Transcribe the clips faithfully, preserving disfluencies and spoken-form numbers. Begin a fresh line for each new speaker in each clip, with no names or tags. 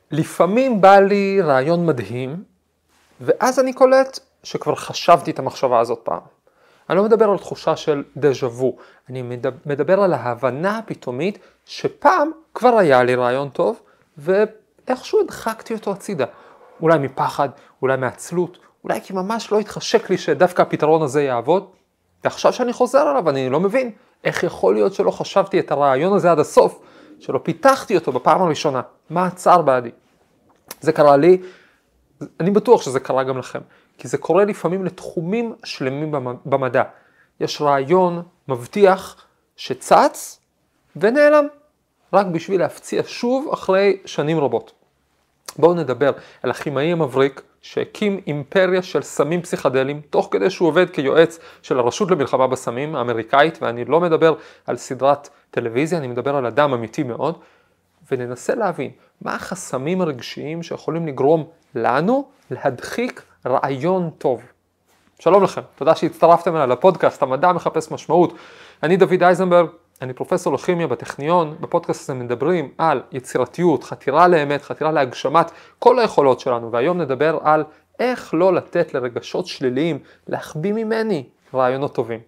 לפעמים בא לי רעיון מדהים, ואז אני קולט שכבר חשבתי את המחשבה הזאת פעם. אני לא מדבר על תחושה של דז'ה וו, אני מדבר על ההבנה הפתאומית שפעם כבר היה לי רעיון טוב, ואיכשהו הדחקתי אותו הצידה. אולי מפחד, אולי מעצלות, אולי כי ממש לא התחשק לי שדווקא הפתרון הזה יעבוד, ועכשיו שאני חוזר עליו אני לא מבין איך יכול להיות שלא חשבתי את הרעיון הזה עד הסוף, שלא פיתחתי אותו בפעם הראשונה. מה עצר בעדי? זה קרה לי, אני בטוח שזה קרה גם לכם, כי זה קורה לפעמים לתחומים שלמים במדע. יש רעיון מבטיח שצץ ונעלם, רק בשביל להפציע שוב אחרי שנים רבות. בואו נדבר על הכימאי המבריק שהקים אימפריה של סמים פסיכדליים, תוך כדי שהוא עובד כיועץ של הרשות למלחמה בסמים האמריקאית, ואני לא מדבר על סדרת טלוויזיה, אני מדבר על אדם אמיתי מאוד, וננסה להבין מה החסמים הרגשיים שיכולים לגרום לנו להדחיק רעיון טוב. שלום לכם, תודה שהצטרפתם אליי לפודקאסט, המדע מחפש משמעות. אני דוד אייזנברג, אני פרופסור לכימיה בטכניון. בפודקאסט הזה מדברים על יצירתיות, חתירה לאמת, חתירה להגשמת כל היכולות שלנו, והיום נדבר על איך לא לתת לרגשות שליליים להחביא ממני רעיונות טובים.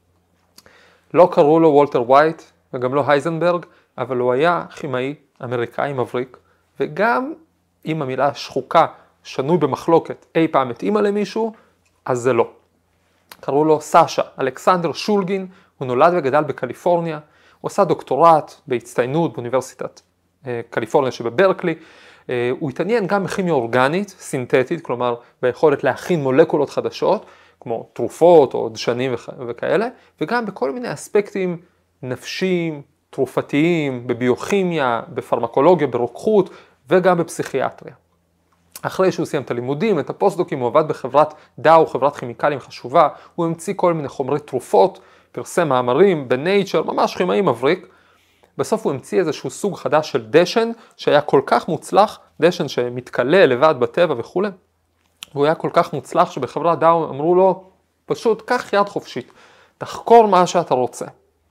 לא קראו לו וולטר ווייט וגם לא הייזנברג, אבל הוא היה כימאי אמריקאי מבריק, וגם אם המילה שחוקה שנוי במחלוקת אי פעם התאימה למישהו, אז זה לא. קראו לו סאשה, אלכסנדר שולגין, הוא נולד וגדל בקליפורניה, הוא עשה דוקטורט בהצטיינות באוניברסיטת קליפורניה שבברקלי, הוא התעניין גם בכימיה אורגנית, סינתטית, כלומר ביכולת להכין מולקולות חדשות, כמו תרופות או דשנים וכאלה, וגם בכל מיני אספקטים נפשיים, תרופתיים, בביוכימיה, בפרמקולוגיה, ברוקחות וגם בפסיכיאטריה. אחרי שהוא סיים את הלימודים, את הפוסט-דוקים, הוא עבד בחברת דאו, חברת כימיקלים חשובה, הוא המציא כל מיני חומרי תרופות, פרסם מאמרים בנייצ'ר, ממש כימאי מבריק. בסוף הוא המציא איזשהו סוג חדש של דשן, שהיה כל כך מוצלח, דשן שמתקלה לבד בטבע וכו'. והוא היה כל כך מוצלח שבחברת דאו אמרו לו, פשוט קח יד חופשית, תחקור מה שאתה רוצה.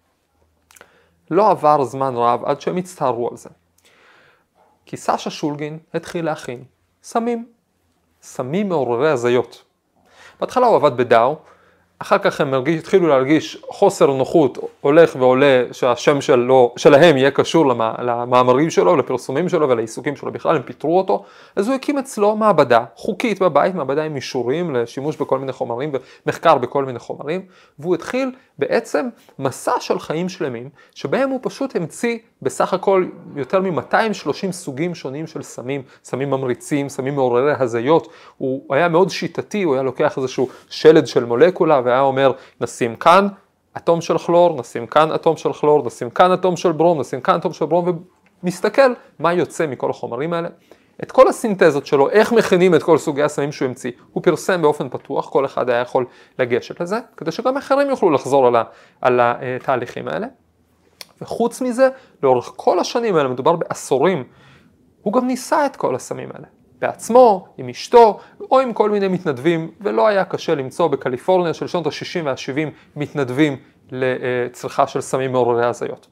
לא עבר זמן רב עד שהם הצטערו על זה. כי סאשה שולגין התחיל להכין סמים, סמים מעוררי הזיות. בהתחלה הוא עבד בדאו, אחר כך הם הרגיש, התחילו להרגיש חוסר נוחות הולך ועולה שהשם שלו, שלהם יהיה קשור למה, למאמרים שלו, לפרסומים שלו ולעיסוקים שלו בכלל, הם פיתרו אותו. אז הוא הקים אצלו מעבדה חוקית בבית, מעבדה עם אישורים לשימוש בכל מיני חומרים ומחקר בכל מיני חומרים, והוא התחיל בעצם מסע של חיים שלמים, שבהם הוא פשוט המציא בסך הכל יותר מ-מאתיים ושלושים סוגים שונים של סמים, סמים ממריצים, סמים מעוררי הזיות. הוא היה מאוד שיטתי, הוא היה לוקח איזשהו שלד של מולקולה, והיה אומר, נשים כאן אטום של כלור, נשים כאן אטום של כלור, נשים כאן אטום של ברום, נשים כאן אטום של ברום, ומסתכל מה יוצא מכל החומרים האלה. את כל הסינתזות שלו, איך מכינים את כל סוגי הסמים שהוא המציא, הוא פרסם באופן פתוח, כל אחד היה יכול לגשת לזה, כדי שגם אחרים יוכלו לחזור על, ה, על התהליכים האלה. וחוץ מזה, לאורך כל השנים האלה, מדובר בעשורים, הוא גם ניסה את כל הסמים האלה. בעצמו, עם אשתו, או עם כל מיני מתנדבים, ולא היה קשה למצוא בקליפורניה של שנות ה-שישים וה-שבעים מתנדבים לצריכה של סמים מעוררי הזיות.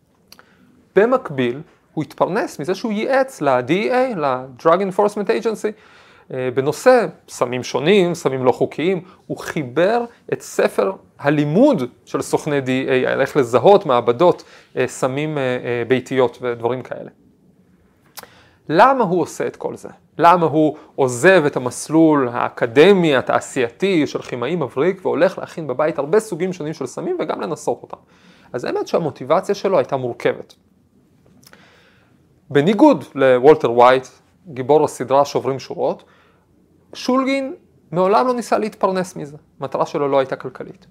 במקביל, הוא התפרנס מזה שהוא ייעץ ל-די אי איי, ל-Drug Enforcement Agency, בנושא סמים שונים, סמים לא חוקיים. הוא חיבר את ספר הלימוד של סוכני די אי איי, איך לזהות מעבדות סמים ביתיות ודברים כאלה. למה הוא עושה את כל זה? למה הוא עוזב את המסלול האקדמי, התעשייתי של כימאי מבריק, והולך להכין בבית הרבה סוגים שונים של סמים וגם לנסות אותם? אז האמת שהמוטיבציה שלו הייתה מורכבת. בניגוד לוולטר ווייט, גיבור הסדרה שוברים שורות, שולגין מעולם לא ניסה להתפרנס מזה. המטרה שלו לא הייתה כלכלית.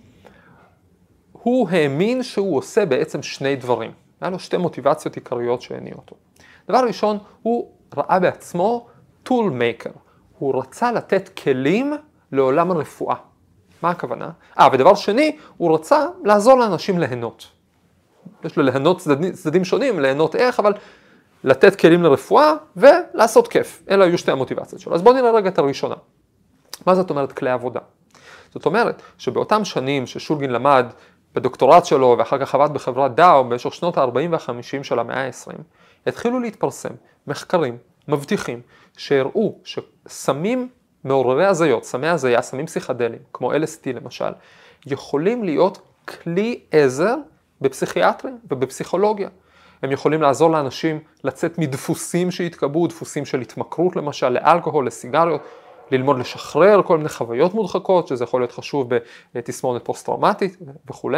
הוא האמין שהוא עושה בעצם שני דברים. היה לו שתי מוטיבציות עיקריות שהניעו אותו. דבר ראשון, הוא ראה בעצמו tool maker. הוא רצה לתת כלים לעולם הרפואה. מה הכוונה? אה, ודבר שני, הוא רצה לעזור לאנשים ליהנות. יש לו ליהנות צדדים, צדדים שונים, ליהנות איך, אבל לתת כלים לרפואה ולעשות כיף. אלה היו שתי המוטיבציות שלו. אז בואו נראה רגע את הראשונה. מה זאת אומרת כלי עבודה? זאת אומרת שבאותם שנים ששולגין למד בדוקטורט שלו ואחר כך עבד בחברת דאו במשך שנות ה-ארבעים וה-חמישים של המאה ה-עשרים, התחילו להתפרסם מחקרים מבטיחים שהראו שסמים מעוררי הזיות, סמי הזיה, סמים פסיכדליים, כמו אל אס די למשל, יכולים להיות כלי עזר בפסיכיאטריה ובפסיכולוגיה. הם יכולים לעזור לאנשים לצאת מדפוסים שהתקבעו, דפוסים של התמכרות למשל, לאלכוהול, לסיגריות, ללמוד לשחרר כל מיני חוויות מודחקות, שזה יכול להיות חשוב בתסמונת פוסט-טראומטית וכו'.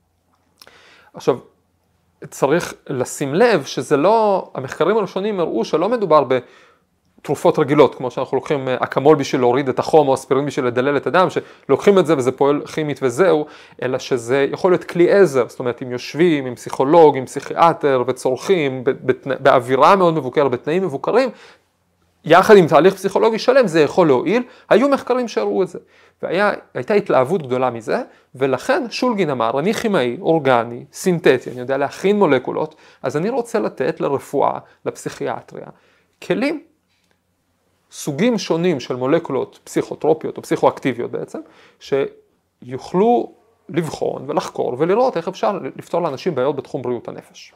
עכשיו, צריך לשים לב שזה לא, המחקרים הראשונים הראו שלא מדובר בתרופות רגילות, כמו שאנחנו לוקחים אקמול בשביל להוריד את החום, או אספירין בשביל לדלל את הדם, שלוקחים את זה וזה פועל כימית וזהו, אלא שזה יכול להיות כלי עזר, זאת אומרת, אם יושבים, עם פסיכולוג, עם פסיכיאטר וצורכים, באווירה מאוד מבוקרת, בתנאים מבוקרים, יחד עם תהליך פסיכולוגי שלם, זה יכול להועיל. היו מחקרים שהראו את זה, והייתה התלהבות גדולה מזה, ולכן שולגין אמר, אני כימאי, אורגני, סינתטי, אני יודע להכין מולקולות, אז אני רוצה לתת לרפואה, לפסיכיאטריה, כלים, סוגים שונים של מולקולות פסיכוטרופיות או פסיכואקטיביות בעצם, שיוכלו לבחון ולחקור ולראות איך אפשר לפתור לאנשים בעיות בתחום בריאות הנפש.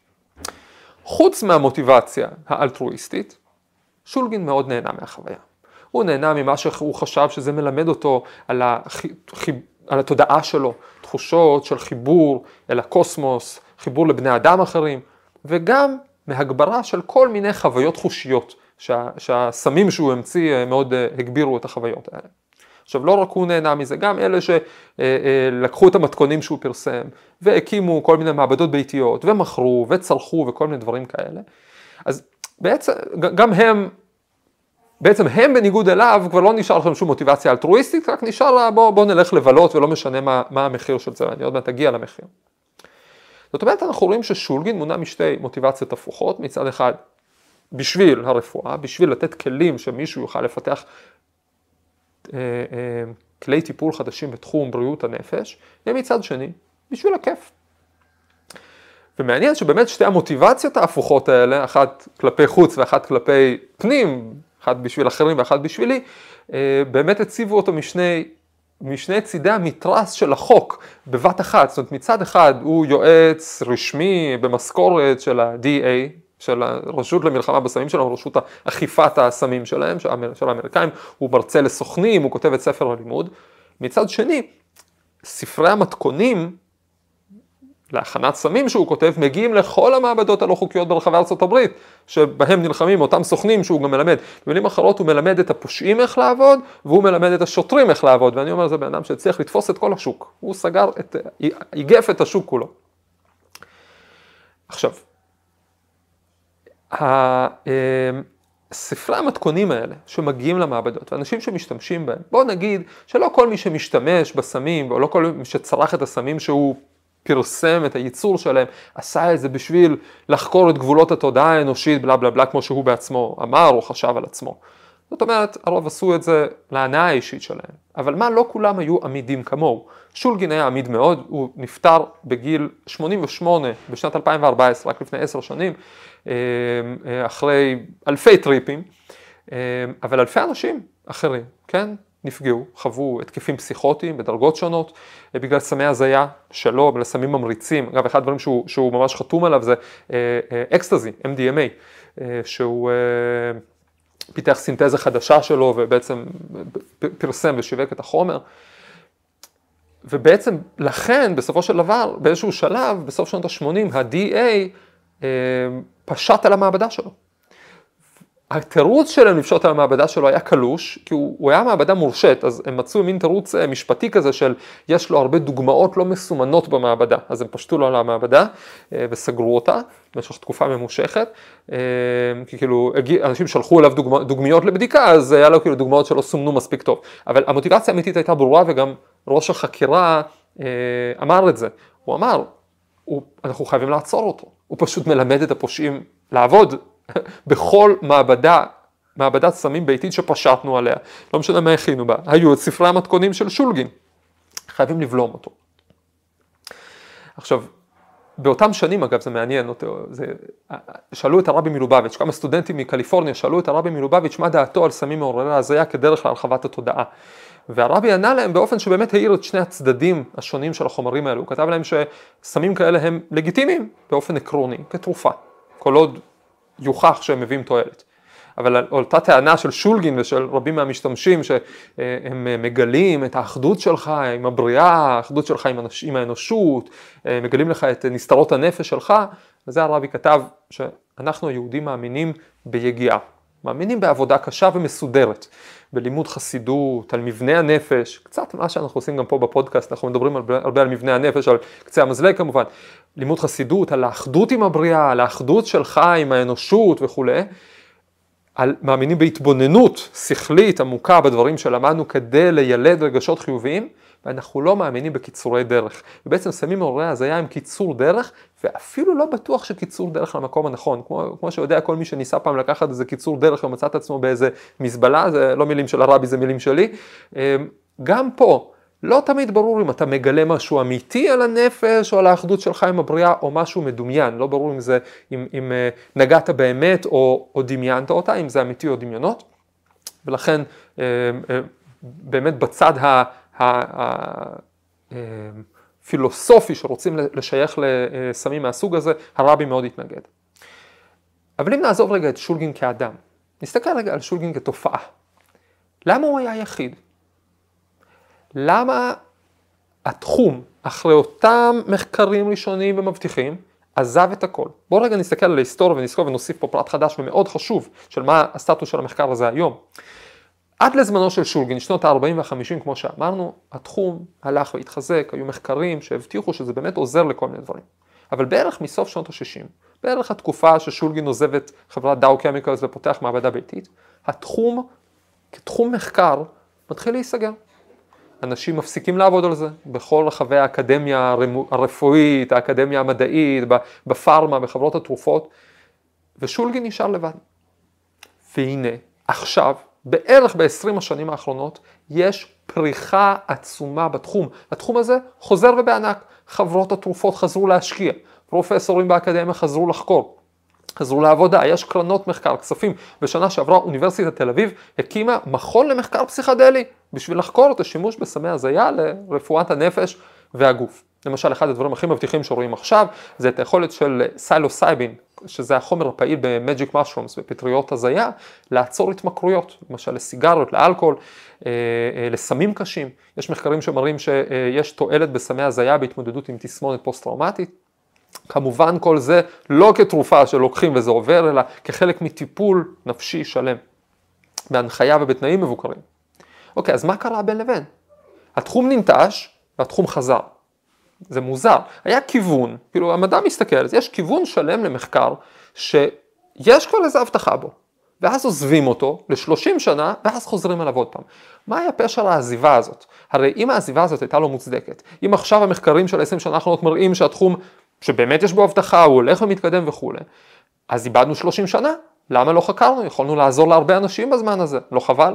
חוץ מהמוטיבציה האלטרואיסטית, שולגין מאוד נהנה מהחוויה. הוא נהנה ממה שהוא חשב שזה מלמד אותו על, הח... על התודעה שלו, תחושות של חיבור אל הקוסמוס, חיבור לבני אדם אחרים, וגם מהגברה של כל מיני חוויות חושיות, שה... שהסמים שהוא המציא מאוד הגבירו את החוויות האלה. עכשיו, לא רק הוא נהנה מזה, גם אלה שלקחו את המתכונים שהוא פרסם, והקימו כל מיני מעבדות ביתיות, ומכרו, וצרכו, וכל מיני דברים כאלה. אז בעצם, גם הם, בעצם הם בניגוד אליו, כבר לא נשאר לכם שום מוטיבציה אלטרואיסטית, רק נשאר, בוא, בוא נלך לבלות, ולא משנה מה, מה המחיר של זה, אני עוד מעט אגיע למחיר. זאת אומרת, אנחנו רואים ששולגין מונע משתי מוטיבציות הפוכות, מצד אחד, בשביל הרפואה, בשביל לתת כלים שמישהו יוכל לפתח אה, אה, כלי טיפול חדשים בתחום בריאות הנפש, ומצד שני, בשביל הכיף. ומעניין שבאמת שתי המוטיבציות ההפוכות האלה, אחת כלפי חוץ ואחת כלפי פנים, אחת בשביל אחרים ואחת בשבילי, באמת הציבו אותו משני, משני צידי המתרס של החוק בבת אחת. זאת אומרת, מצד אחד הוא יועץ רשמי במשכורת של ה-די איי, של הרשות למלחמה בסמים שלנו, רשות אכיפת הסמים שלהם, של האמריקאים, הוא מרצה לסוכנים, הוא כותב את ספר הלימוד. מצד שני, ספרי המתכונים, להכנת סמים שהוא כותב, מגיעים לכל המעבדות הלא חוקיות ברחבי ארצות הברית, שבהם נלחמים אותם סוכנים שהוא גם מלמד. במילים אחרות הוא מלמד את הפושעים איך לעבוד, והוא מלמד את השוטרים איך לעבוד, ואני אומר, זה בן אדם שהצליח לתפוס את כל השוק. הוא סגר את, היגף את השוק כולו. עכשיו, ספרי המתכונים האלה שמגיעים למעבדות, ואנשים שמשתמשים בהם, בואו נגיד שלא כל מי שמשתמש בסמים, או לא כל מי שצרך את הסמים שהוא פרסם את הייצור שלהם, עשה את זה בשביל לחקור את גבולות התודעה האנושית, בלה בלה בלה, כמו שהוא בעצמו אמר או חשב על עצמו. זאת אומרת, הרוב עשו את זה להנאה האישית שלהם. אבל מה, לא כולם היו עמידים כמוהו. שולגין היה עמיד מאוד, הוא נפטר בגיל שמונים ושמונה בשנת אלפיים וארבע עשרה, רק לפני עשר שנים, אחרי אלפי טריפים, אבל אלפי אנשים אחרים, כן? נפגעו, חוו התקפים פסיכוטיים בדרגות שונות, בגלל סמי הזיה שלו, ולסמים ממריצים. אגב, אחד הדברים שהוא, שהוא ממש חתום עליו זה אקסטזי, אם די אם איי, שהוא פיתח סינתזה חדשה שלו, ובעצם פרסם ושיווק את החומר. ובעצם לכן, בסופו של דבר, באיזשהו שלב, בסוף שנות ה-שמונים, ה-די איי פשט על המעבדה שלו. התירוץ שלהם לפשוט על המעבדה שלו היה קלוש, כי הוא, הוא היה מעבדה מורשת, אז הם מצאו מין תירוץ משפטי כזה של יש לו הרבה דוגמאות לא מסומנות במעבדה, אז הם פשטו לו על המעבדה וסגרו אותה במשך תקופה ממושכת, כי כאילו אנשים שלחו אליו דוגמא, דוגמיות לבדיקה, אז היה לו כאילו דוגמאות שלא סומנו מספיק טוב, אבל המוטיבציה האמיתית הייתה ברורה, וגם ראש החקירה אמר את זה, הוא אמר, הוא, אנחנו חייבים לעצור אותו, הוא פשוט מלמד את הפושעים לעבוד, בכל מעבדה, מעבדת סמים ביתית שפשטנו עליה, לא משנה מה הכינו בה, היו את ספרי המתכונים של שולגין, חייבים לבלום אותו. עכשיו, באותם שנים, אגב, זה מעניין, זה, שאלו את הרבי מלובביץ', כמה סטודנטים מקליפורניה שאלו את הרבי מלובביץ' מה דעתו על סמים מעוררי הזיה כדרך להרחבת התודעה. והרבי ענה להם באופן שבאמת העיר את שני הצדדים השונים של החומרים האלו. הוא כתב להם שסמים כאלה הם לגיטימיים באופן עקרוני, כתרופה, כל עוד יוכח שהם מביאים תועלת. אבל אותה טענה של שולגין ושל רבים מהמשתמשים שהם מגלים את האחדות שלך עם הבריאה, האחדות שלך עם, אנוש, עם האנושות, מגלים לך את נסתרות הנפש שלך, וזה הרבי כתב שאנחנו היהודים מאמינים ביגיעה, מאמינים בעבודה קשה ומסודרת, בלימוד חסידות, על מבנה הנפש, קצת מה שאנחנו עושים גם פה בפודקאסט, אנחנו מדברים הרבה על מבנה הנפש, על קצה המזלג כמובן, לימוד חסידות, על האחדות עם הבריאה, על האחדות שלך עם האנושות וכו'. על, מאמינים בהתבוננות שכלית עמוקה בדברים שלמדנו כדי לילד רגשות חיוביים, ואנחנו לא מאמינים בקיצורי דרך. ובעצם שמים מעוררי הזיה עם קיצור דרך, ואפילו לא בטוח שקיצור דרך למקום הנכון. כמו, כמו שיודע כל מי שניסה פעם לקחת איזה קיצור דרך ומצא את עצמו באיזה מזבלה, זה לא מילים של הרבי, זה מילים שלי. גם פה, לא תמיד ברור אם אתה מגלה משהו אמיתי על הנפש או על האחדות שלך עם הבריאה או משהו מדומיין. לא ברור אם זה, אם, אם נגעת באמת או, או דמיינת אותה, אם זה אמיתי או דמיונות. ולכן באמת בצד ה... הפילוסופי שרוצים לשייך לסמים מהסוג הזה, הרבי מאוד התנגד. אבל אם נעזוב רגע את שולגין כאדם, נסתכל רגע על שולגין כתופעה. למה הוא היה יחיד? למה התחום, אחרי אותם מחקרים ראשוניים ומבטיחים, עזב את הכל? בואו רגע נסתכל על ההיסטוריה ונזכור ונוסיף פה פרט חדש ומאוד חשוב של מה הסטטוס של המחקר הזה היום. עד לזמנו של שולגין, שנות ה-ארבעים וה-חמישים, כמו שאמרנו, התחום הלך והתחזק, היו מחקרים שהבטיחו שזה באמת עוזר לכל מיני דברים. אבל בערך מסוף שנות ה-שישים, בערך התקופה ששולגין עוזב את חברת דאו קמיקלס ופותח מעבדה ביתית, התחום, כתחום מחקר, מתחיל להיסגר. אנשים מפסיקים לעבוד על זה, בכל רחבי האקדמיה הרפואית, האקדמיה המדעית, בפארמה, בחברות התרופות, ושולגין נשאר לבד. והנה, עכשיו, בערך ב-עשרים השנים האחרונות, יש פריחה עצומה בתחום. התחום הזה חוזר ובענק. חברות התרופות חזרו להשקיע, פרופסורים באקדמיה חזרו לחקור, חזרו לעבודה, יש קרנות מחקר, כספים. בשנה שעברה אוניברסיטת תל אביב הקימה מכון למחקר פסיכדלי, בשביל לחקור את השימוש בסמי הזיה לרפואת הנפש והגוף. למשל, אחד הדברים הכי מבטיחים שרואים עכשיו, זה את היכולת של סילוסייבין, שזה החומר הפעיל במג'יק משרומס, בפטריות הזיה, לעצור התמכרויות, למשל לסיגריות, לאלכוהול, לסמים קשים. יש מחקרים שמראים שיש תועלת בסמי הזיה בהתמודדות עם תסמונת פוסט-טראומטית. כמובן כל זה לא כתרופה שלוקחים וזה עובר, אלא כחלק מטיפול נפשי שלם, בהנחיה ובתנאים מבוקרים. אוקיי, אז מה קרה בין לבין? התחום ננטש והתחום חזר. זה מוזר. היה כיוון, כאילו המדע מסתכל, יש כיוון שלם למחקר שיש כבר איזו הבטחה בו, ואז עוזבים אותו ל-שלושים שנה, ואז חוזרים עליו עוד פעם. מה היה פשר העזיבה הזאת? הרי אם העזיבה הזאת הייתה לא מוצדקת, אם עכשיו המחקרים של עשרים שנה האחרונות מראים שהתחום שבאמת יש בו הבטחה, הוא הולך ומתקדם וכו', אז איבדנו שלושים שנה, למה לא חקרנו? יכולנו לעזור להרבה אנשים בזמן הזה, לא חבל?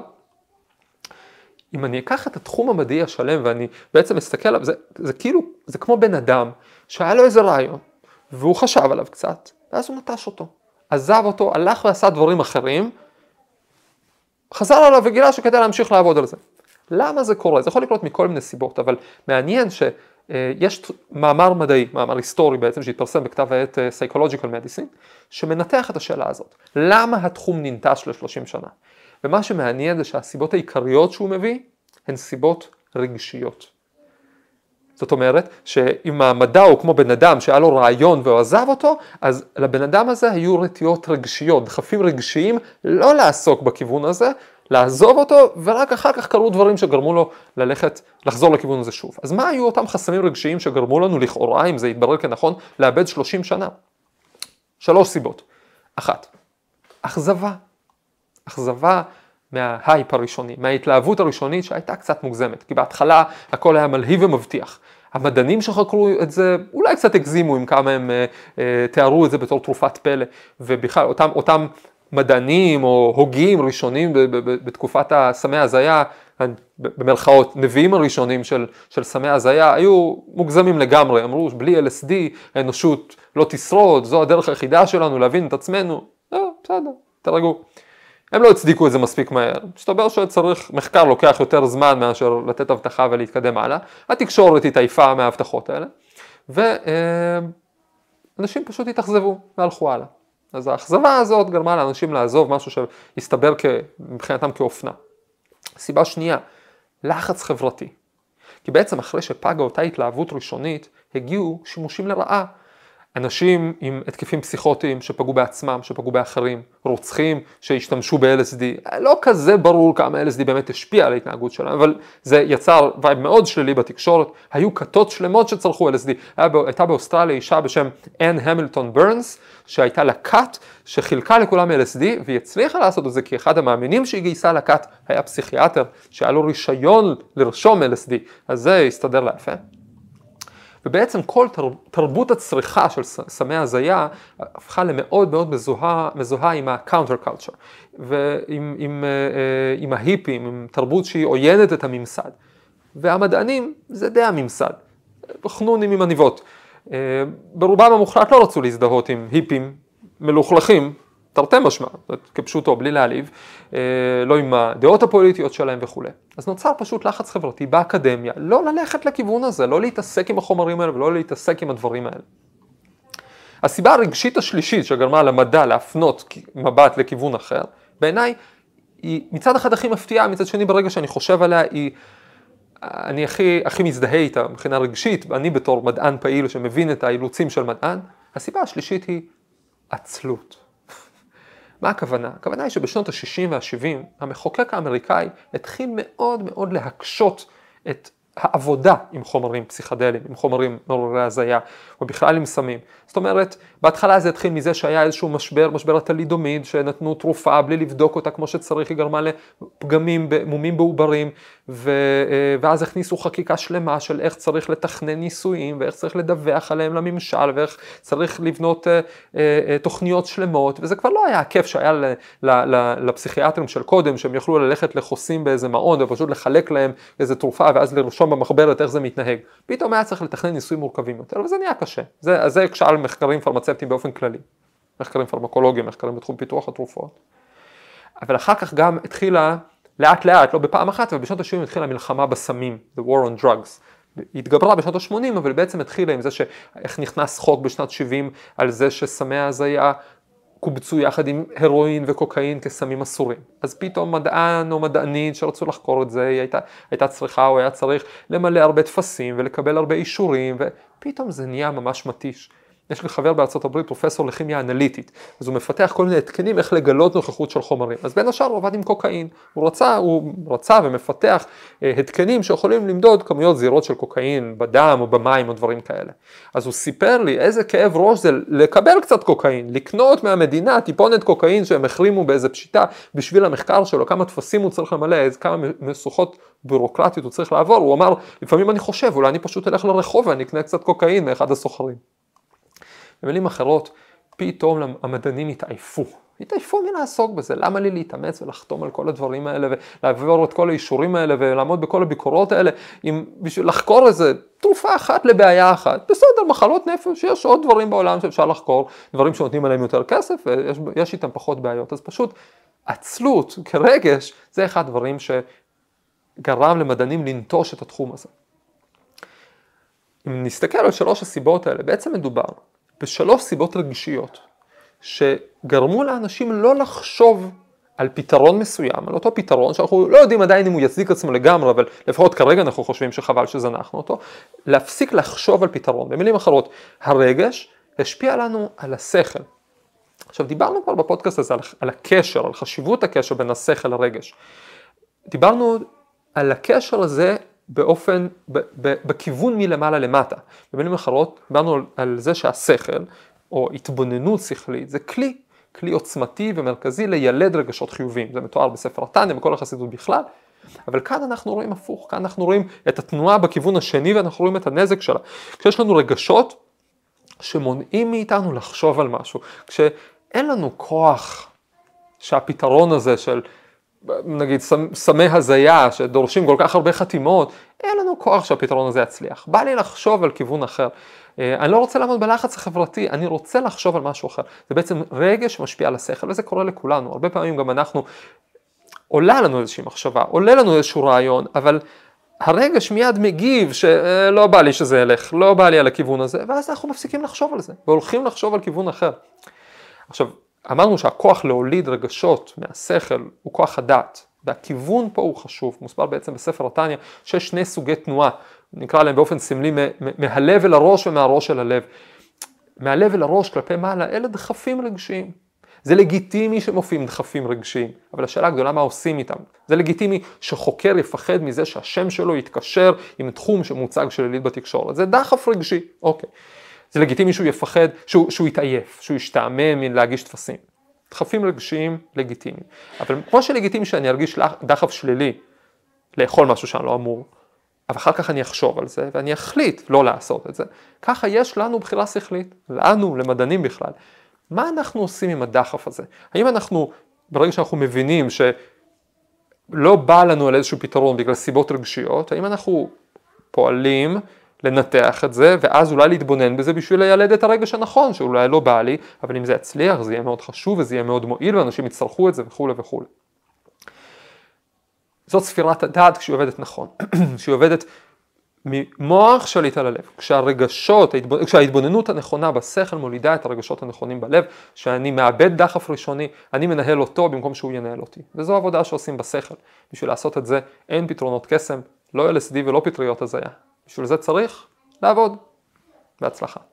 אם אני אקח את התחום המדעי השלם ואני בעצם אסתכל עליו, זה, זה כאילו, זה כמו בן אדם שהיה לו איזה רעיון, והוא חשב עליו קצת, ואז הוא נטש אותו. עזב אותו, הלך ועשה דברים אחרים, חזר עליו וגילה שכדאי להמשיך לעבוד על זה. למה זה קורה? זה יכול לקרות מכל מיני סיבות, אבל מעניין שיש מאמר מדעי, מאמר היסטורי בעצם, שהתפרסם בכתב העת Psychological Medicine, שמנתח את השאלה הזאת. למה התחום ננטש ל-שלושים שנה? ומה שמעניין זה שהסיבות העיקריות שהוא מביא, הן סיבות רגשיות. זאת אומרת, שאם המדע הוא כמו בן אדם שהיה לו רעיון והוא עזב אותו, אז לבן אדם הזה היו רתיעות רגשיות, דחפים רגשיים, לא לעסוק בכיוון הזה, לעזוב אותו, ורק אחר כך קרו דברים שגרמו לו ללכת, לחזור לכיוון הזה שוב. אז מה היו אותם חסמים רגשיים שגרמו לנו לכאורה, אם זה יתברר כנכון, לאבד שלושים שנה? שלוש סיבות. אחת, אכזבה. אכזבה מההייפ הראשוני, מההתלהבות הראשונית שהייתה קצת מוגזמת, כי בהתחלה הכל היה מלהיב ומבטיח. המדענים שחקרו את זה אולי קצת הגזימו עם כמה הם אה, אה, תיארו את זה בתור תרופת פלא, ובכלל אותם, אותם מדענים או הוגים ראשונים ב- ב- ב- בתקופת הסמי הזיה, במרכאות נביאים הראשונים של, של סמי הזיה, היו מוגזמים לגמרי, אמרו שבלי אל אס די האנושות לא תשרוד, זו הדרך היחידה שלנו להבין את עצמנו. לא, בסדר, תרגעו. הם לא הצדיקו את זה מספיק מהר, מסתבר שצריך, מחקר לוקח יותר זמן מאשר לתת הבטחה ולהתקדם הלאה, התקשורת התעייפה מההבטחות האלה, ואנשים פשוט התאכזבו והלכו הלאה. אז האכזבה הזאת גרמה לאנשים לעזוב משהו שהסתבר מבחינתם כאופנה. סיבה שנייה, לחץ חברתי. כי בעצם אחרי שפגה אותה התלהבות ראשונית, הגיעו שימושים לרעה. אנשים עם התקפים פסיכוטיים שפגעו בעצמם, שפגעו באחרים, רוצחים שהשתמשו ב-אל אס די. לא כזה ברור כמה אל אס די באמת השפיע על ההתנהגות שלהם, אבל זה יצר וייב מאוד שלילי בתקשורת. היו כתות שלמות שצרכו אל אס די. הייתה באוסטרליה אישה בשם אן המילטון ברנס, שהייתה לה כת שחילקה לכולם אל אס די, והיא הצליחה לעשות את זה כי אחד המאמינים שהיא גייסה לכת היה פסיכיאטר, שהיה לו רישיון לרשום אל אס די. אז זה הסתדר לה יפה. ובעצם כל תרבות הצריכה של סמי הזיה הפכה למאוד מאוד מזוהה, מזוהה עם ה-counter culture, ועם עם, עם ההיפים, עם תרבות שהיא עוינת את הממסד. והמדענים זה די הממסד, חנונים עם עניבות. ברובם המוחלט לא רצו להזדהות עם היפים מלוכלכים, תרתי משמע, כפשוטו, בלי להעליב, לא עם הדעות הפוליטיות שלהם וכו'. אז נוצר פשוט לחץ חברתי באקדמיה, לא ללכת לכיוון הזה, לא להתעסק עם החומרים האלה ולא להתעסק עם הדברים האלה. הסיבה הרגשית השלישית שגרמה למדע להפנות מבט לכיוון אחר, בעיניי היא מצד אחד הכי מפתיעה, מצד שני ברגע שאני חושב עליה היא, אני הכי, הכי מזדהה איתה מבחינה רגשית, אני בתור מדען פעיל שמבין את האילוצים של מדען, הסיבה השלישית היא עצלות. מה הכוונה? הכוונה היא שבשנות ה-שישים וה-שבעים המחוקק האמריקאי התחיל מאוד מאוד להקשות את העבודה עם חומרים פסיכדליים, עם חומרים מעוררי הזיה, או בכלל עם סמים. זאת אומרת, בהתחלה זה התחיל מזה שהיה איזשהו משבר, משבר התלידומיד, שנתנו תרופה בלי לבדוק אותה כמו שצריך, היא גרמה לפגמים, מומים בעוברים, ו... ואז הכניסו חקיקה שלמה של איך צריך לתכנן ניסויים, ואיך צריך לדווח עליהם לממשל, ואיך צריך לבנות תוכניות שלמות, וזה כבר לא היה הכיף שהיה ל... ל... לפסיכיאטרים של קודם, שהם יכלו ללכת לחוסים באיזה מעון, ופשוט לחלק להם איזה תרופה, ואז לרשום במחברת איך זה מתנהג. פתאום היה צריך לתכנן ניסויים מורכבים יותר, וזה נהיה קשה. זה, זה הקשה על מחקרים פרמצפטיים באופן כללי. מחקרים פרמקולוגיים, מחקרים בתחום פיתוח התרופות. אבל אחר כך גם התחילה, לאט לאט, לא בפעם אחת, ובשנות ה-שבעים התחילה מלחמה בסמים, the war on drugs. היא התגברה בשנות ה-שמונים, אבל בעצם התחילה עם זה שאיך נכנס חוק בשנת שבעים, על זה שסמי ההזיה קובצו יחד עם הרואין וקוקאין כסמים אסורים. אז פתאום מדען או מדענית שרצו לחקור את זה, היא הייתה, הייתה צריכה או היה צריך למלא הרבה תפסים ולקבל הרבה אישורים, ופתאום זה נהיה ממש מתיש. יש לי חבר בארצות הברית, פרופסור לכימיה אנליטית, אז הוא מפתח כל מיני התקנים איך לגלות נוכחות של חומרים. אז בין השאר הוא עבד עם קוקאין, הוא רצה, הוא רצה ומפתח התקנים שיכולים למדוד כמויות זהירות של קוקאין בדם או במים או דברים כאלה. אז הוא סיפר לי איזה כאב ראש זה לקבל קצת קוקאין, לקנות מהמדינה טיפונת קוקאין שהם החרימו באיזה פשיטה בשביל המחקר שלו, כמה תפסים הוא צריך למלא, איזה כמה משוכות בירוקרטיות הוא צריך לעבור. הוא אמר, לפעמים אני חושב, אולי אני פשוט אלך לרחוב ואני אקנה קצת קוקאין מאחד הסוחרים. במילים אחרות, פתאום המדענים התעייפו. התעייפו מלעסוק בזה. למה לי להתאמץ ולחתום על כל הדברים האלה, ולעבור את כל האישורים האלה, ולעמוד בכל הביקורות האלה, אם בשביל לחקור איזה תרופה אחת לבעיה אחת. בסדר, מחלות נפש, יש עוד דברים בעולם שאפשר לחקור, דברים שנותנים עליהם יותר כסף, ויש איתם פחות בעיות. אז פשוט עצלות כרגש, זה אחד הדברים שגרם למדענים לנטוש את התחום הזה. אם נסתכל על שלוש הסיבות האלה, בעצם מדובר בשלוש סיבות רגשיות, שגרמו לאנשים לא לחשוב על פתרון מסוים, על אותו פתרון שאנחנו לא יודעים עדיין אם הוא יצדיק עצמו לגמרי, אבל לפחות כרגע אנחנו חושבים שחבל שזנחנו אותו, להפסיק לחשוב על פתרון. במילים אחרות, הרגש השפיע לנו על השכל. עכשיו דיברנו כבר בפודקאסט הזה על, על הקשר, על חשיבות הקשר בין השכל לרגש. דיברנו על הקשר הזה באופן, ב, ב, בכיוון מלמעלה למטה. במילים אחרות, דיברנו על, על זה שהשכל, או התבוננות שכלית, זה כלי, כלי עוצמתי ומרכזי לילד רגשות חיוביים. זה מתואר בספר התניא, בכל החסידות בכלל. אבל כאן אנחנו רואים הפוך, כאן אנחנו רואים את התנועה בכיוון השני, ואנחנו רואים את הנזק שלה. כשיש לנו רגשות שמונעים מאיתנו לחשוב על משהו, כשאין לנו כוח שהפתרון הזה של נגיד סמי הזיה שדורשים כל כך הרבה חתימות, אין לנו כוח שהפתרון הזה יצליח. בא לי לחשוב על כיוון אחר. אני לא רוצה לעמוד בלחץ החברתי, אני רוצה לחשוב על משהו אחר. זה בעצם רגש שמשפיע על השכל, וזה קורה לכולנו. הרבה פעמים גם אנחנו, עולה לנו איזושהי מחשבה, עולה לנו איזשהו רעיון, אבל הרגש מיד מגיב שלא בא לי שזה ילך, לא בא לי על הכיוון הזה, ואז אנחנו מפסיקים לחשוב על זה, והולכים לחשוב על כיוון אחר. עכשיו, אמרנו שהכוח להוליד רגשות מהשכל הוא כוח הדעת, והכיוון פה הוא חשוב, מוסבר בעצם בספר התניא, שיש שני סוגי תנועה, נקרא להם באופן סמלי מהלב אל הראש ומהראש אל הלב. מהלב אל הראש כלפי מעלה, אלה דחפים רגשיים. זה לגיטימי שמופיעים דחפים רגשיים, אבל השאלה הגדולה מה עושים איתם. זה לגיטימי שחוקר יפחד מזה שהשם שלו יתקשר עם תחום שמוצג של יליד בתקשורת. זה דחף רגשי, אוקיי. זה לגיטימי שהוא יפחד, שהוא, שהוא יתעייף, שהוא ישתעמם מלהגיש תפסים. דחפים רגשיים לגיטימיים. אבל כמו שלגיטימי שאני ארגיש דחף שלילי, לאכול משהו שאני לא אמור, אבל אחר כך אני אחשוב על זה, ואני אחליט לא לעשות את זה. ככה יש לנו בחירה שכלית, לנו, למדענים בכלל. מה אנחנו עושים עם הדחף הזה? האם אנחנו, ברגע שאנחנו מבינים שלא בא לנו על איזשהו פתרון בגלל סיבות רגשיות, האם אנחנו פועלים לנתח את זה, ואז אולי להתבונן בזה בשביל לילד את הרגש הנכון, שאולי לא בא לי, אבל אם זה יצליח, זה יהיה מאוד חשוב, וזה יהיה מאוד מועיל, ואנשים יצטרכו את זה וכו' וכו'. זאת ספירת הדעת כשהיא עובדת נכון, כשהיא עובדת ממוח שליט על הלב, כשהרגשות, כשההתבוננות הנכונה בשכל מולידה את הרגשות הנכונים בלב, שאני מאבד דחף ראשוני, אני מנהל אותו במקום שהוא ינהל אותי. וזו עבודה שעושים בשכל. בשביל לעשות את זה אין פתרונות קסם, לא אל אס די ולא פטריות הזיה. בשביל זה צריך לעבוד. בהצלחה.